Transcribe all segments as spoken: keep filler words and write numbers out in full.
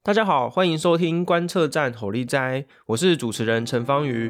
大家好，欢迎收听观测站吼力斋，我是主持人陈芳瑜。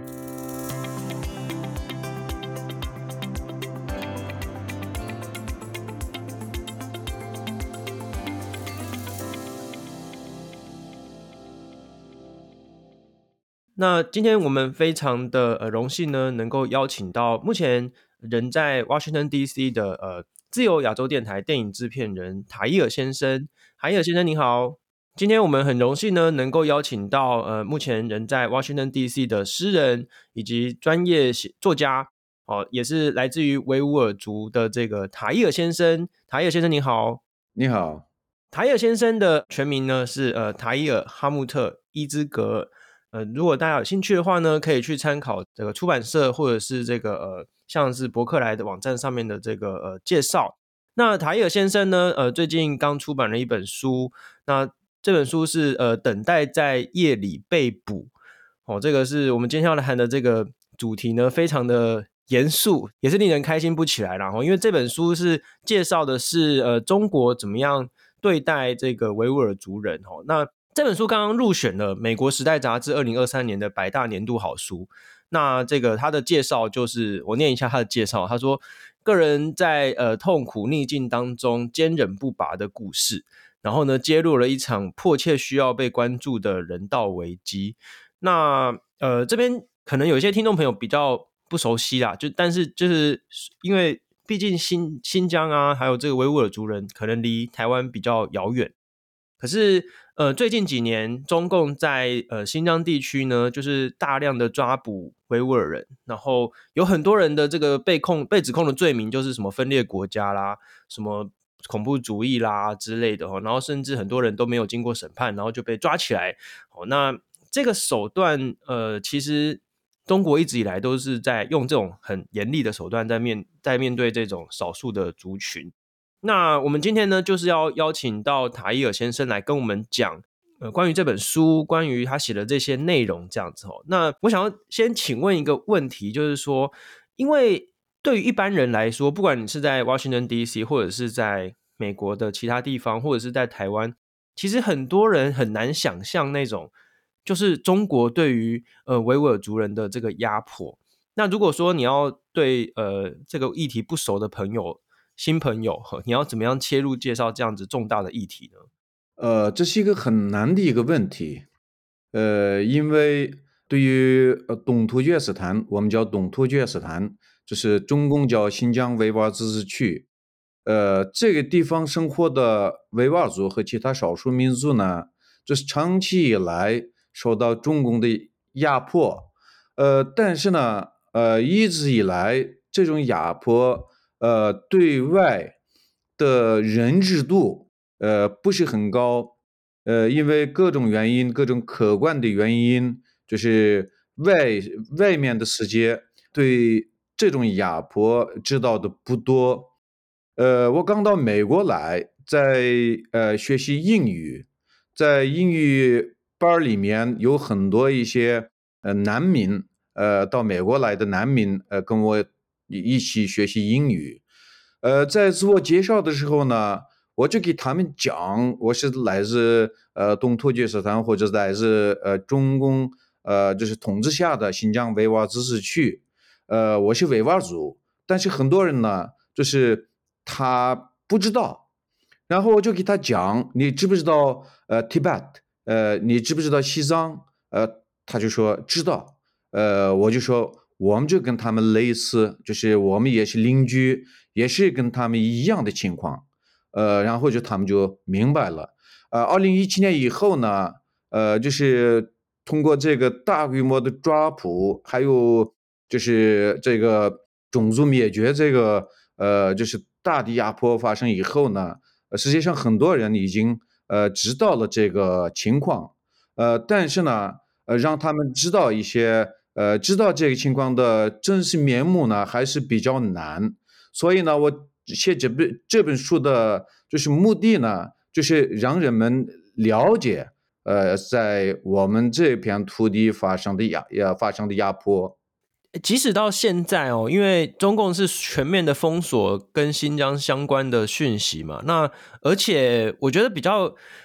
那今天我们非常的呃荣幸呢，能够邀请到目前人在 Washington D C 的呃自由亚洲电台电影制片人塔伊尔先生。塔伊尔先生您好。今天我们很荣幸呢，能够邀请到呃目前人在 Washington D C 的诗人以及专业作家，哦，也是来自于维吾尔族的这个塔伊尔先生。塔伊尔先生您好。 你好。 塔伊尔先生的全名呢是呃塔伊尔哈木特伊兹格尔。呃，如果大家有兴趣的话呢，可以去参考这个出版社或者是这个呃像是博客来的网站上面的这个呃介绍。那塔伊尔先生呢，呃最近刚出版了一本书，那这本书是呃等待在夜里被捕。哦，这个是我们今天要来谈的这个主题呢，非常的严肃，也是令人开心不起来啦。因为这本书是介绍的是呃中国怎么样对待这个维吾尔族人。那这本书刚刚入选了美国时代杂志二零二三年的百大年度好书。那这个他的介绍就是我念一下他的介绍，他说个人在呃痛苦逆境当中坚忍不拔的故事，然后呢揭露了一场迫切需要被关注的人道危机。那呃这边可能有一些听众朋友比较不熟悉啦，就但是就是因为毕竟新新疆啊还有这个维吾尔族人可能离台湾比较遥远，可是呃最近几年中共在呃新疆地区呢，就是大量的抓捕维吾尔人，然后有很多人的这个被控被指控的罪名就是什么分裂国家啦，什么恐怖主义啦之类的，然后甚至很多人都没有经过审判，然后就被抓起来。那这个手段呃其实中国一直以来都是在用这种很严厉的手段在面在面对这种少数的族群。那我们今天呢，就是要邀请到塔伊尔先生来跟我们讲呃关于这本书，关于他写的这些内容这样子。那我想要先请问一个问题，就是说因为对于一般人来说，不管你是在 Washington D C 或者是在美国的其他地方，或者是在台湾，其实很多人很难想象那种就是中国对于呃维吾尔族人的这个压迫。那如果说你要对呃这个议题不熟的朋友新朋友，你要怎么样切入介绍这样子重大的议题呢？ 呃，这是一个很难的一个问题。呃，因为对于呃东突厥斯坦，我们叫东突厥斯坦，就是中共叫新疆维吾尔自治区。呃，这个地方生活的维吾尔族和其他少数民族呢，这是长期以来受到中共的压迫。呃，但是呢，呃，一直以来这种压迫，呃，对外的认知度，呃，不是很高。呃，因为各种原因，各种客观的原因，就是外外面的世界对这种压迫知道的不多。呃，我刚到美国来，在呃学习英语，在英语班里面有很多一些呃难民，呃到美国来的难民，呃跟我一起学习英语。呃，在自我介绍的时候呢，我就给他们讲，我是来自呃东突厥斯坦，或者来自呃中共呃就是统治下的新疆维吾尔自治区。呃，我是维吾尔族，但是很多人呢，就是他不知道。然后我就给他讲，你知不知道呃 Tibet，呃，你知不知道西藏？呃，他就说知道。呃，我就说我们就跟他们类似，就是我们也是邻居，也是跟他们一样的情况。呃，然后就他们就明白了。呃，二零一七年以后呢，呃，就是通过这个大规模的抓捕，还有就是这个种族灭绝，这个呃，就是大的压迫发生以后呢，呃实际上很多人已经呃知道了这个情况。呃，但是呢，呃，让他们知道一些呃知道这个情况的真实面目呢，还是比较难。所以呢，我写这本这本书的就是目的呢，就是让人们了解，呃，在我们这片土地发生的压压发生的压迫。 即使到现在哦，因为中共是全面的封锁跟新疆相关的讯息嘛，那而且我觉得比较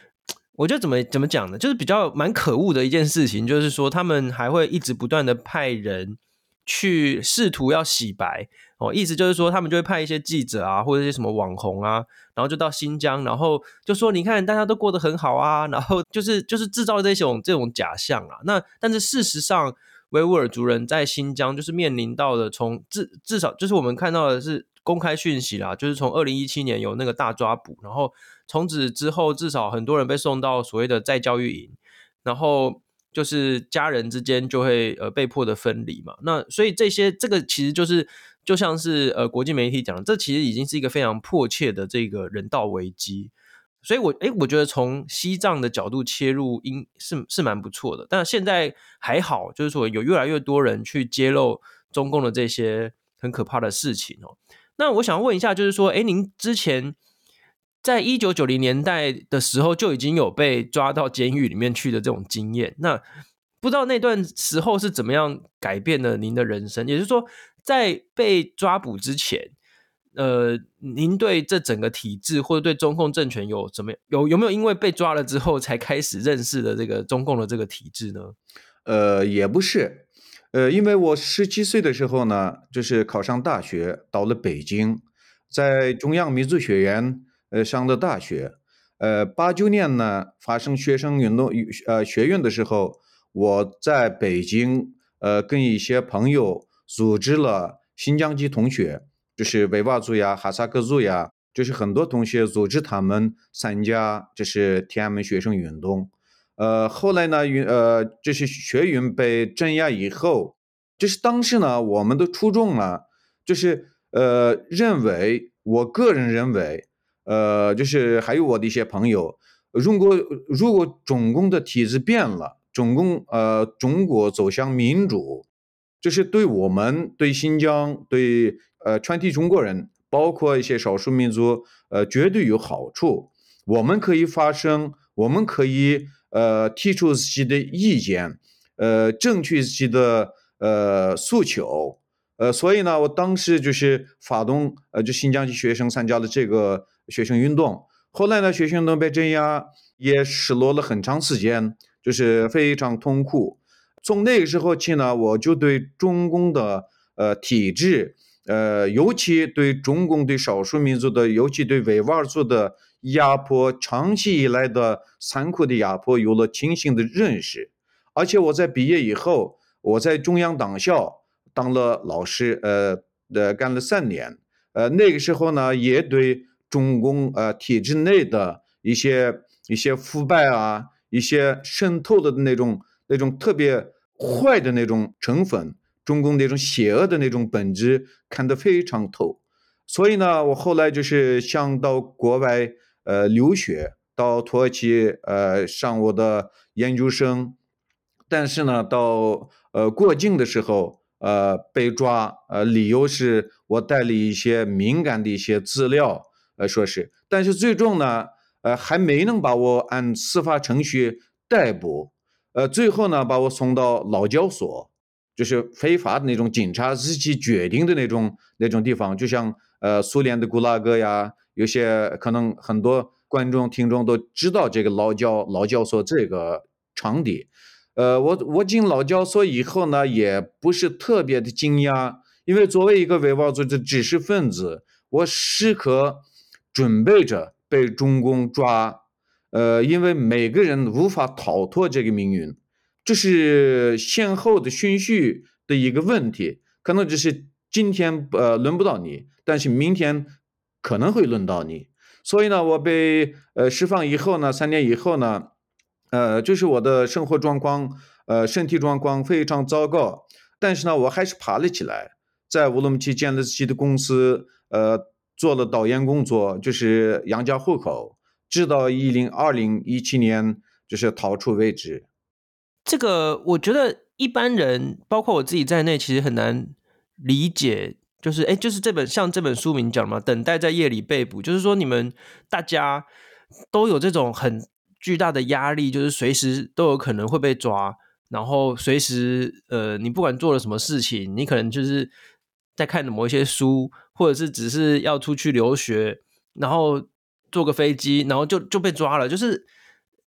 我觉得怎么怎么讲呢，就是比较蛮可恶的一件事情，就是说他们还会一直不断的派人去试图要洗白哦，意思就是说他们就会派一些记者啊，或者一些什么网红啊，然后就到新疆，然后就说你看大家都过得很好啊，然后就是就是制造这种这种假象啊。那但是事实上，维吾尔族人在新疆就是面临到的从至至少就是我们看到的是公开讯息啦，就是从二零一七年有那个大抓捕，然后从此之后至少很多人被送到所谓的再教育营，然后就是家人之间就会呃被迫的分离嘛。那所以这些这个其实就是就像是呃国际媒体讲的，这其实已经是一个非常迫切的这个人道危机。所以我诶我觉得从西藏的角度切入应是是蛮不错的，但现在还好，就是说有越来越多人去揭露中共的这些很可怕的事情哦。那我想问一下，就是说诶您之前在一九九零年代的时候就已经有被抓到监狱里面去的这种经验，那不知道那段时候是怎么样改变了您的人生？也就是说在被抓捕之前呃，您对这整个体制或者对中共政权有怎么有有没有因为被抓了之后才开始认识的这个中共的这个体制呢？ 呃，也不是，呃，因为我十七岁的时候呢，就是考上大学，到了北京，在中央民族学院呃上的大学。呃，八九年呢发生学生运动呃学运的时候，我在北京呃跟一些朋友组织了新疆籍同学，就是维吾尔族呀、哈萨克族呀，就是很多同学组织他们参加就是天安门学生运动。呃，后来呢，运呃，这是学运被镇压以后，就是当时呢，我们的初衷呢，就是呃，认为我个人认为，呃，就是还有我的一些朋友，如果如果中共的体制变了，中共呃，中国走向民主，这是对我们、对新疆、对呃全体中国人，包括一些少数民族，呃，绝对有好处。我们可以发声，我们可以呃提出自己的意见，呃，争取自己的呃诉求。呃，所以呢，我当时就是发动呃，就新疆籍学生参加了这个学生运动。后来呢，学生运动被镇压，也失落了很长时间，就是非常痛苦。从那个时候起呢，我就对中共的呃体制，呃，尤其对中共对少数民族的，尤其对维吾尔族的压迫，长期以来的残酷的压迫，有了清醒的认识。而且我在毕业以后，我在中央党校当了老师，呃呃，干了三年。呃，那个时候呢，也对中共呃体制内的一些一些腐败啊，一些渗透的那种那种特别坏的那种成分，中共那种邪恶的那种本质看得非常透。所以呢，我后来就是想到国外呃留学，到土耳其呃上我的研究生。但是呢，到呃过境的时候，呃被抓，呃理由是我带了一些敏感的一些资料，呃说是，但是最终呢，呃还没能把我按司法程序逮捕，呃最后呢把我送到劳教所，就是非法的那种警察自己决定的那种那种地方，就像呃苏联的古拉格呀，有些可能很多观众听众都知道这个劳教劳教所这个场地。呃，我我进劳教所以后呢，也不是特别的惊讶，因为作为一个维吾尔族的知识分子，我时刻准备着被中共抓。呃，因为每个人无法逃脱这个命运，这是先后的顺序的一个问题，可能只是今天呃轮不到你，但是明天可能会轮到你。所以呢，我被呃释放以后呢，三年以后呢，呃，就是我的生活状况，呃，身体状况非常糟糕，但是呢，我还是爬了起来，在乌鲁木齐建了自己的公司，呃，做了导演工作，就是养家糊口，直到一零二零一七年就是逃出为止。 这个我觉得一般人，包括我自己在内，其实很难理解。就是，哎，就是这本像这本书名讲嘛，等待在夜里被捕，就是说你们大家都有这种很巨大的压力，就是随时都有可能会被抓，然后随时，呃，你不管做了什么事情，你可能就是在看某一些书，或者是只是要出去留学，然后坐个飞机，然后就就被抓了，就是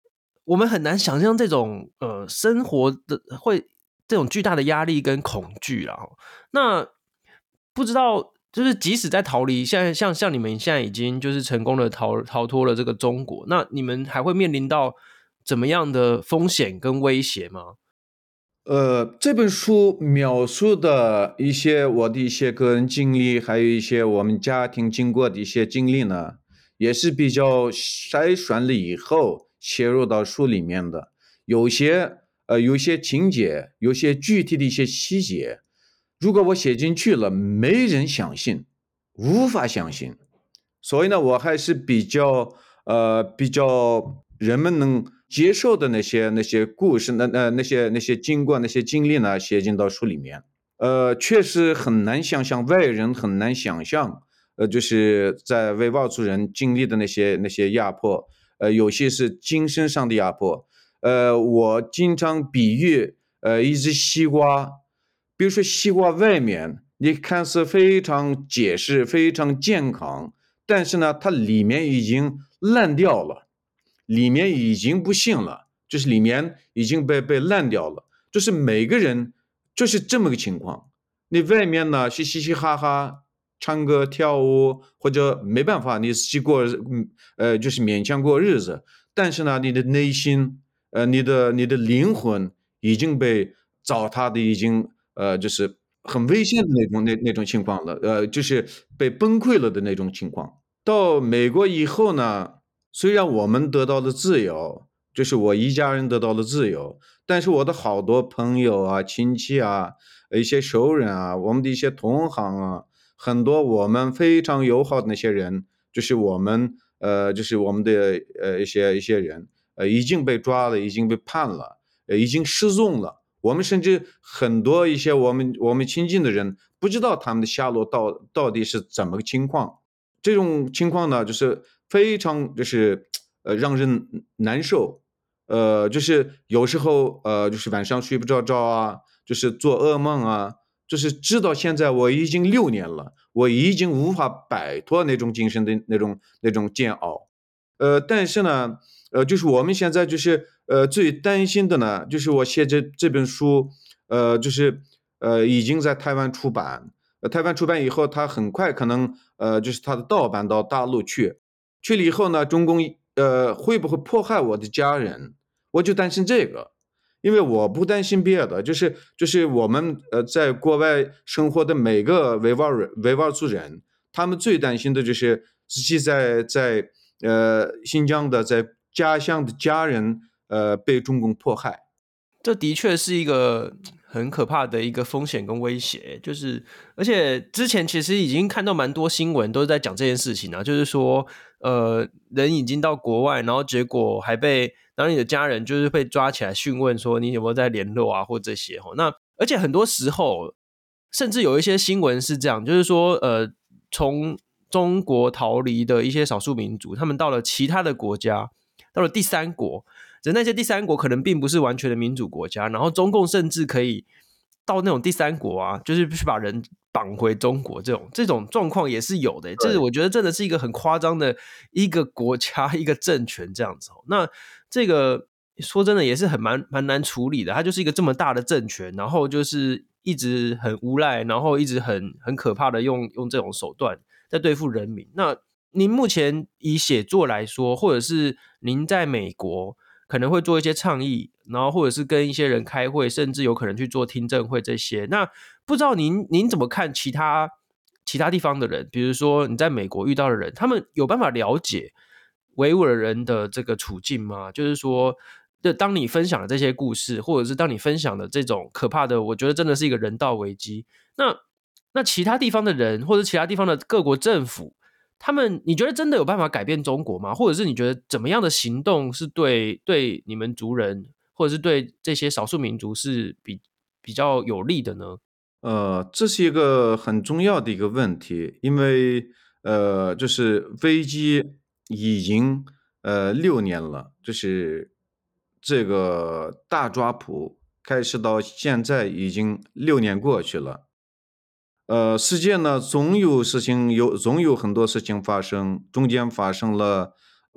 我们很难想象这种呃生活的会这种巨大的压力跟恐惧啦。那不知道就是即使在逃离，现在像像你们现在已经就是成功的逃逃脱了这个中国，那你们还会面临到怎么样的风险跟威胁吗？ 呃，这本书描述的一些我的一些个人经历，还有一些我们家庭经过的一些经历呢，也是比较筛选了以后写入到书里面的。有些呃，有些情节，有些具体的一些细节，如果我写进去了，没人相信，无法相信。所以呢，我还是比较呃比较人们能接受的那些那些故事，那那那些那些经过那些经历呢，写进到书里面。呃，确实很难想象，外人很难想象，呃，就是在维吾尔族人经历的那些那些压迫，呃，有些是精神上的压迫。呃，我经常比喻，呃，一只西瓜，比如说西瓜外面你看似非常结实、非常健康，但是呢，它里面已经烂掉了，里面已经不行了，就是里面已经被被烂掉了。就是每个人就是这么个情况。你外面呢是嘻嘻哈哈唱歌跳舞，或者没办法，你自己过，嗯呃，就是勉强过日子。但是呢，你的内心，呃，你的你的灵魂已经被糟蹋的，已经呃，就是很危险的那种那那种情况了，呃，就是被崩溃了的那种情况。到美国以后呢，虽然我们得到了自由，就是我一家人得到了自由，但是我的好多朋友啊、亲戚啊、一些熟人啊、我们的一些同行啊，很多我们非常友好的那些人，就是我们呃，就是我们的呃一些一些人，呃，已经被抓了，已经被判了，呃，已经失踪了。我们甚至很多一些我们我们亲近的人不知道他们的下落到到底是怎么个情况。这种情况呢，就是非常就是呃让人难受，呃，就是有时候呃就是晚上睡不着觉啊，就是做噩梦啊，就是直到现在我已经六年了，我已经无法摆脱那种精神的那种那种煎熬。呃，但是呢，呃，就是我们现在就是呃最担心的呢，就是我写这这本书，呃，就是呃已经在台湾出版，呃，台湾出版以后，它很快可能呃就是它的盗版到大陆去，去了以后呢，中共呃会不会迫害我的家人？我就担心这个，因为我不担心别的，就是就是我们呃在国外生活的每个维吾尔人维吾尔族人，他们最担心的就是自己在在呃新疆的在家乡的家人呃被中共迫害。 这的确是一个很可怕的一个风险跟威胁，就是而且之前其实已经看到蛮多新闻都是在讲这件事情啊，就是说呃人已经到国外，然后结果还被然后你的家人就是被抓起来讯问说你有没有在联络啊或这些哦，那而且很多时候甚至有一些新闻是这样，就是说呃从中国逃离的一些少数民族，他们到了其他的国家，到了第三国。只是那些第三国可能并不是完全的民主国家，然后中共甚至可以到那种第三国啊，就是去把人绑回中国，这种这种状况也是有的。这是对。 我觉得真的是一个很夸张的一个国家一个政权这样子。那这个说真的也是很蛮蛮难处理的，它就是一个这么大的政权，然后就是一直很无赖，然后一直很很可怕的用用这种手段在对付人民。那您目前以写作来说，或者是您在美国可能会做一些倡议，然后或者是跟一些人开会，甚至有可能去做听证会这些。那不知道您您怎么看其他其他地方的人，比如说你在美国遇到的人，他们有办法了解维吾尔人的这个处境吗？就是说，就当你分享的这些故事，或者是当你分享的这种可怕的，我觉得真的是一个人道危机。那那其他地方的人，或者其他地方的各国政府，他们你觉得真的有办法改变中国吗？或者是你觉得怎么样的行动是对对你们族人，或者是对这些少数民族是比比较有利的呢？ 呃，这是一个很重要的一个问题，因为呃，就是危机已经呃六年了，就是这个大抓捕开始到现在已经六年过去了。呃，世界呢总有事情有总有很多事情发生，中间发生了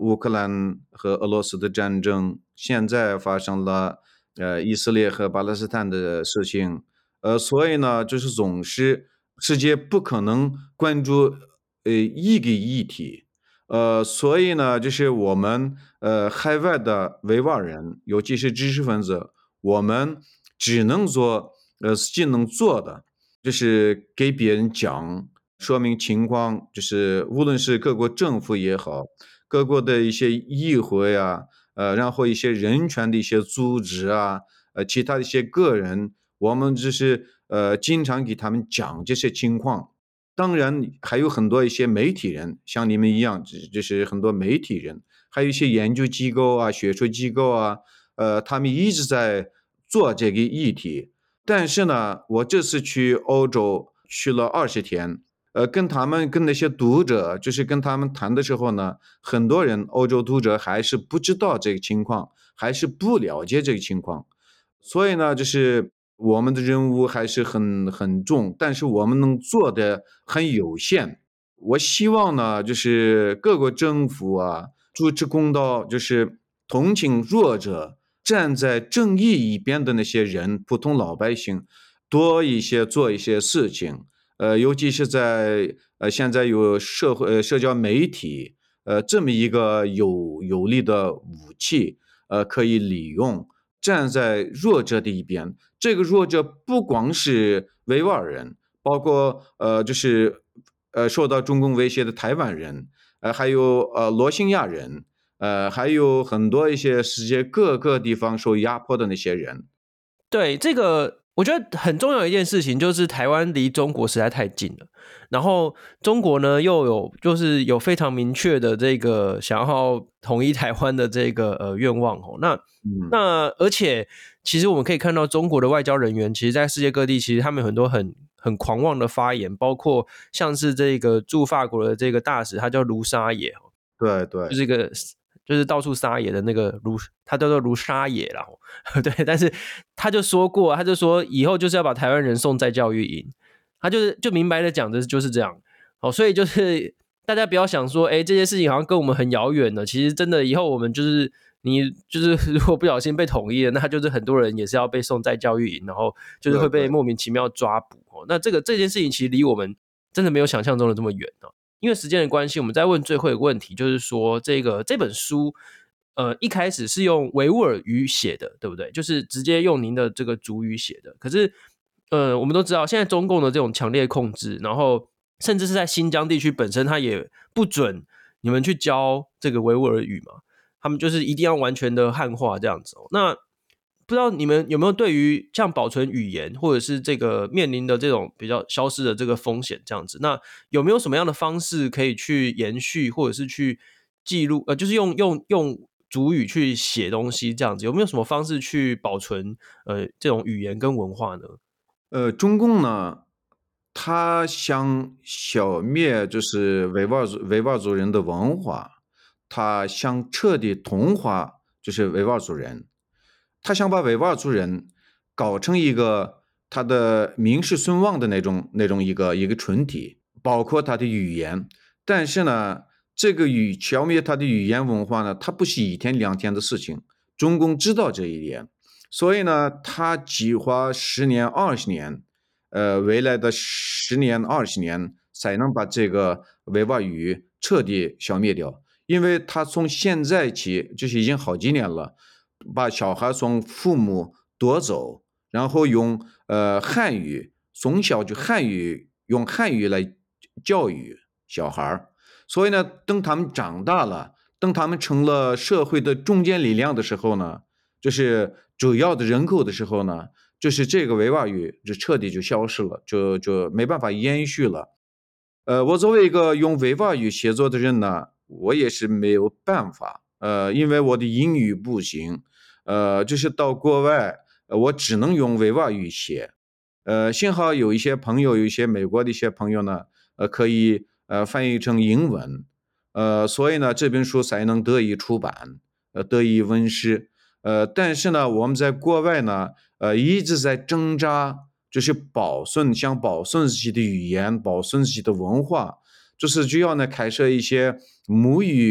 乌克兰和俄罗斯的战争，现在发生了呃以色列和巴勒斯坦的事情，呃，所以呢，就是总是世界不可能关注呃一个议题，呃，所以呢，就是我们呃海外的维吾尔人，尤其是知识分子，我们只能做呃自己能做的，就是给别人讲，说明情况，就是无论是各国政府也好，各国的一些议会啊，呃，然后一些人权的一些组织啊，呃，其他的一些个人，我们就是呃经常给他们讲这些情况。当然，还有很多一些媒体人，像你们一样，就就是很多媒体人，还有一些研究机构啊、学术机构啊，呃，他们一直在做这个议题。但是呢，我这次去欧洲去了二十天，呃，跟他们跟那些读者，就是跟他们谈的时候呢，很多人欧洲读者还是不知道这个情况，还是不了解这个情况。所以呢，就是我们的任务还是很很重，但是我们能做的很有限。我希望呢，就是各个政府啊，主持公道，就是同情弱者，站在正义一边的那些人，普通老百姓，多一些做一些事情。呃，尤其是在呃现在有社会呃社交媒体，呃这么一个有有力的武器，呃可以利用，站在弱者的一边。这个弱者不光是维吾尔人，包括呃就是呃受到中共威胁的台湾人，呃还有呃罗兴亚人，呃还有很多一些世界各个地方受压迫的那些人。 对，这个我觉得很重要的一件事情就是台湾离中国实在太近了，然后中国呢又有就是有非常明确的这个想要统一台湾的这个呃愿望哦。那嗯， 那而且其实我们可以看到中国的外交人员，其实在世界各地其实他们有很多很很狂妄的发言，包括像是这个驻法国的这个大使，他叫卢沙野， 对对。 就是一个就是到处撒野的那个卢，他叫做卢沙野啦。对，但是他就说过，他就说以后就是要把台湾人送在教育营，他就是就明白的讲的就是这样。好，所以就是大家不要想说，哎，这件事情好像跟我们很遥远了。其实真的以后我们就是你就是如果不小心被统一了，那就是很多人也是要被送在教育营，然后就是会被莫名其妙抓捕。那这个这件事情其实离我们真的没有想象中的这么远哦。因为时间的关系，我们再问最后一个问题，就是说这个这本书，呃，一开始是用维吾尔语写的，对不对？就是直接用您的这个族语写的。可是，呃，我们都知道，现在中共的这种强烈控制，然后甚至是在新疆地区本身，它也不准你们去教这个维吾尔语嘛，他们就是一定要完全的汉化这样子哦。那不知道你们有没有对于像保存语言，或者是这个面临的这种比较消失的这个风险这样子，那有没有什么样的方式可以去延续，或者是去记录，呃，就是用用用族语去写东西这样子，有没有什么方式去保存呃这种语言跟文化呢？ 呃，中共呢，他想消灭就是维吾尔族维吾尔族人的文化，他想彻底同化就是维吾尔族人，他想把维吾尔族人搞成一个他的名实孙望的那种那种一个一个群体，包括他的语言。但是呢，这个语消灭他的语言文化呢，它不是一天两天的事情，中共知道这一点。所以呢，他计划十年、二十年，呃，未来的十年、二十年才能把这个维吾尔语彻底消灭掉。因为他从现在起，就是已经好几年了，把小孩从父母夺走，然后用呃汉语从小就汉语用汉语来教育小孩。所以呢，等他们长大了，等他们成了社会的中坚力量的时候呢，就是主要的人口的时候呢，就是这个维吾尔语就彻底就消失了，就就没办法延续了。呃，我作为一个用维吾尔语写作的人呢，我也是没有办法，呃，因为我的英语不行，呃，就是到国外，呃我只能用维吾尔语写。呃，幸好有一些朋友，有一些美国的一些朋友呢，呃，可以呃翻译成英文，呃，所以呢，这本书才能得以出版，呃，得以问世。呃，但是呢，我们在国外呢，呃，一直在挣扎，就是保存，想保存自己的语言，保存自己的文化，就是就要呢开设一些母语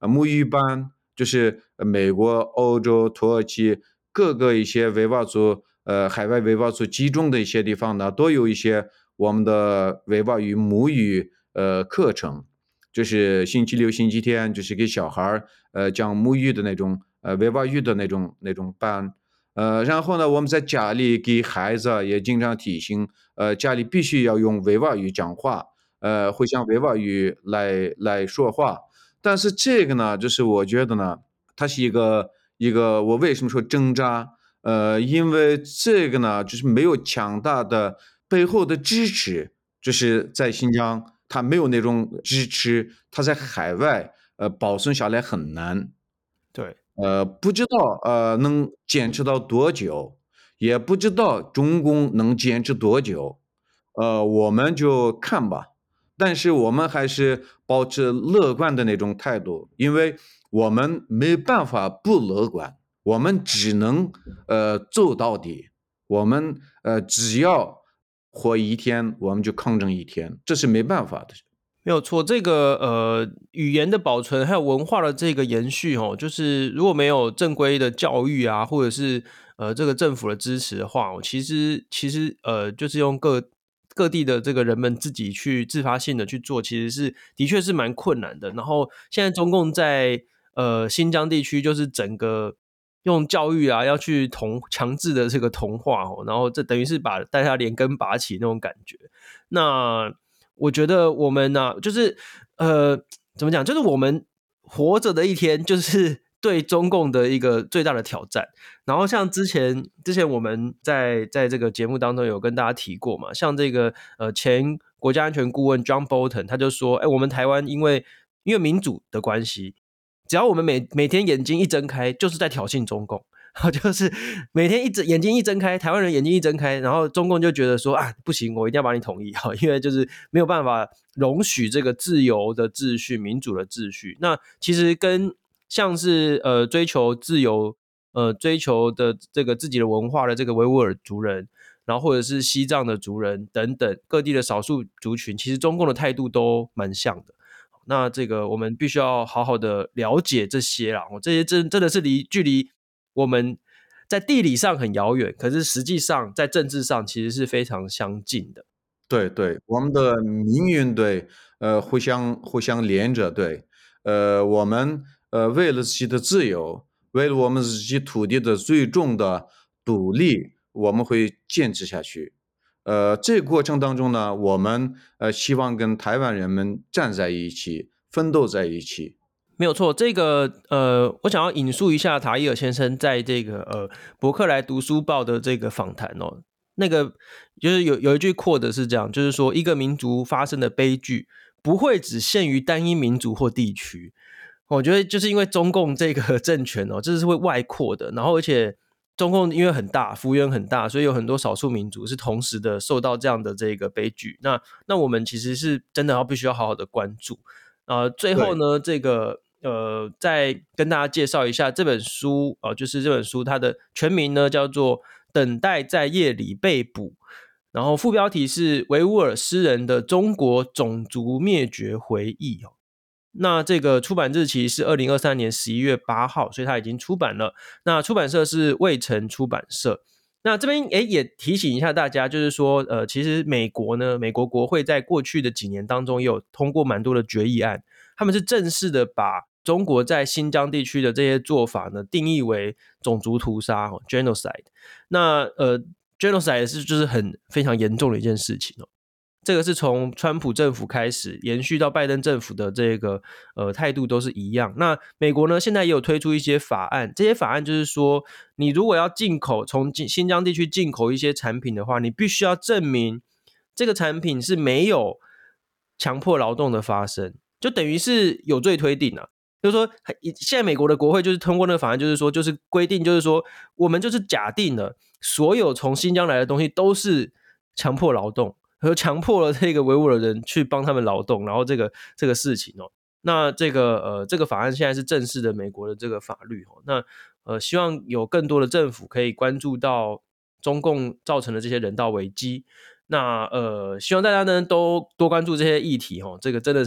呃母语班，就是美国、欧洲、土耳其各个一些维吾尔族呃海外维吾尔族集中的一些地方呢，都有一些我们的维吾尔语母语呃课程，就是星期六、星期天，就是给小孩呃讲母语的那种呃维吾尔语的那种那种班。呃，然后呢，我们在家里给孩子也经常提醒，呃，家里必须要用维吾尔语讲话，呃，会讲维吾尔语来来说话。但是这个呢，就是我觉得呢，它是一个一个我为什么说挣扎？呃，因为这个呢，就是没有强大的背后的支持，就是在新疆，它没有那种支持，它在海外呃保存下来很难。 对。 呃，不知道呃能坚持到多久，也不知道中共能坚持多久，呃，我们就看吧。但是我们还是保持乐观的那种态度，因为我们没办法不乐观，我们只能呃走到底。我们呃只要活一天，我们就抗争一天，这是没办法的。 没有错，这个呃语言的保存还有文化的这个延续哦，就是如果没有正规的教育啊，或者是呃这个政府的支持的话，其实其实呃就是用各各地的这个人们自己去自发性的去做，其实是的确是蛮困难的。然后现在中共在呃新疆地区就是整个用教育啊要去同强制的这个同化哦，然后这等于是把大家连根拔起那种感觉。那我觉得我们呢、啊，就是呃，怎么讲？就是我们活着的一天，就是对中共的一个最大的挑战。然后像之前之前我们在在这个节目当中有跟大家提过嘛，像这个呃前国家安全顾问 John Bolton 他就说，哎，我们台湾因为因为民主的关系，只要我们每每天眼睛一睁开，就是在挑衅中共。就是每天一睁眼睛一睁开，台湾人眼睛一睁开，然后中共就觉得说啊，不行，我一定要把你统一哈，因为就是没有办法容许这个自由的秩序、民主的秩序。那其实跟像是呃追求自由、呃追求的这个自己的文化的这个维吾尔族人，然后或者是西藏的族人等等各地的少数族群，其实中共的态度都蛮像的。那这个我们必须要好好的了解这些啦，这些真真的是离距离我们在地理上很遥远，可是实际上在政治上其实是非常相近的。 对对，我们的命运对，呃，互相互相连着，对，呃，我们呃为了自己的自由，为了我们自己土地的最终的独立，我们会坚持下去。呃，这个过程当中呢，我们呃希望跟台湾人们站在一起，奋斗在一起。 没有错，这个呃，我想要引述一下塔伊尔先生在这个呃伯克莱读书报的这个访谈哦，那个就是有有一句 quote 是这样，就是说一个民族发生的悲剧不会只限于单一民族或地区。我觉得就是因为中共这个政权哦，这是会外扩的，然后而且中共因为很大，幅员很大，所以有很多少数民族是同时的受到这样的这个悲剧。那那我们其实是真的要必须要好好的关注。呃，最后对。 呢，这个呃，再跟大家介绍一下这本书呃，就是这本书它的全名呢叫做《等待在夜里被捕》，然后副标题是维吾尔诗人的中国种族灭绝回忆哦。那这个出版日期是二零二三年十一月八号，所以它已经出版了。那出版社是卫城出版社。那这边诶也提醒一下大家，就是说，呃，其实美国呢，美国国会在过去的几年当中也有通过蛮多的决议案，他们是正式的把中国在新疆地区的这些做法呢定义为种族屠杀哦 genocide。那呃 genocide 是就是很非常严重的一件事情哦。这个是从川普政府开始延续到拜登政府的这个呃态度都是一样。那美国呢，现在也有推出一些法案，这些法案就是说，你如果要进口从新疆地区进口一些产品的话，你必须要证明这个产品是没有强迫劳动的发生，就等于是有罪推定啊。就是说，现在美国的国会就是通过那个法案，就是说，就是规定，就是说，我们就是假定了所有从新疆来的东西都是强迫劳动。和强迫了这个维吾尔人去帮他们劳动，然后这个这个事情哦，那这个呃这个法案现在是正式的美国的这个法律哦，那呃希望有更多的政府可以关注到中共造成的这些人道危机，那呃希望大家呢都多关注这些议题哦，这个真的是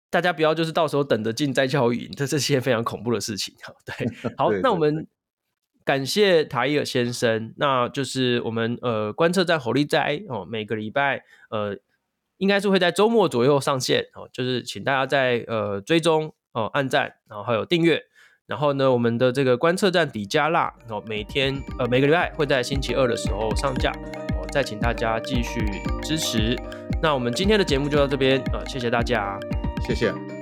大家不要就是到时候等着进灾教育营，这这些非常恐怖的事情。对，好， 对对那我们感谢塔伊尔先生，那就是我们呃观测站火力斋哦，每个礼拜呃应该是会在周末左右上线哦，就是请大家在呃追踪哦、按赞，然后还有订阅。然后呢，我们的这个观测站底加辣哦，每天呃每个礼拜会在星期二的时候上架哦，再请大家继续支持。那我们今天的节目就到这边，呃，谢谢大家， 谢谢。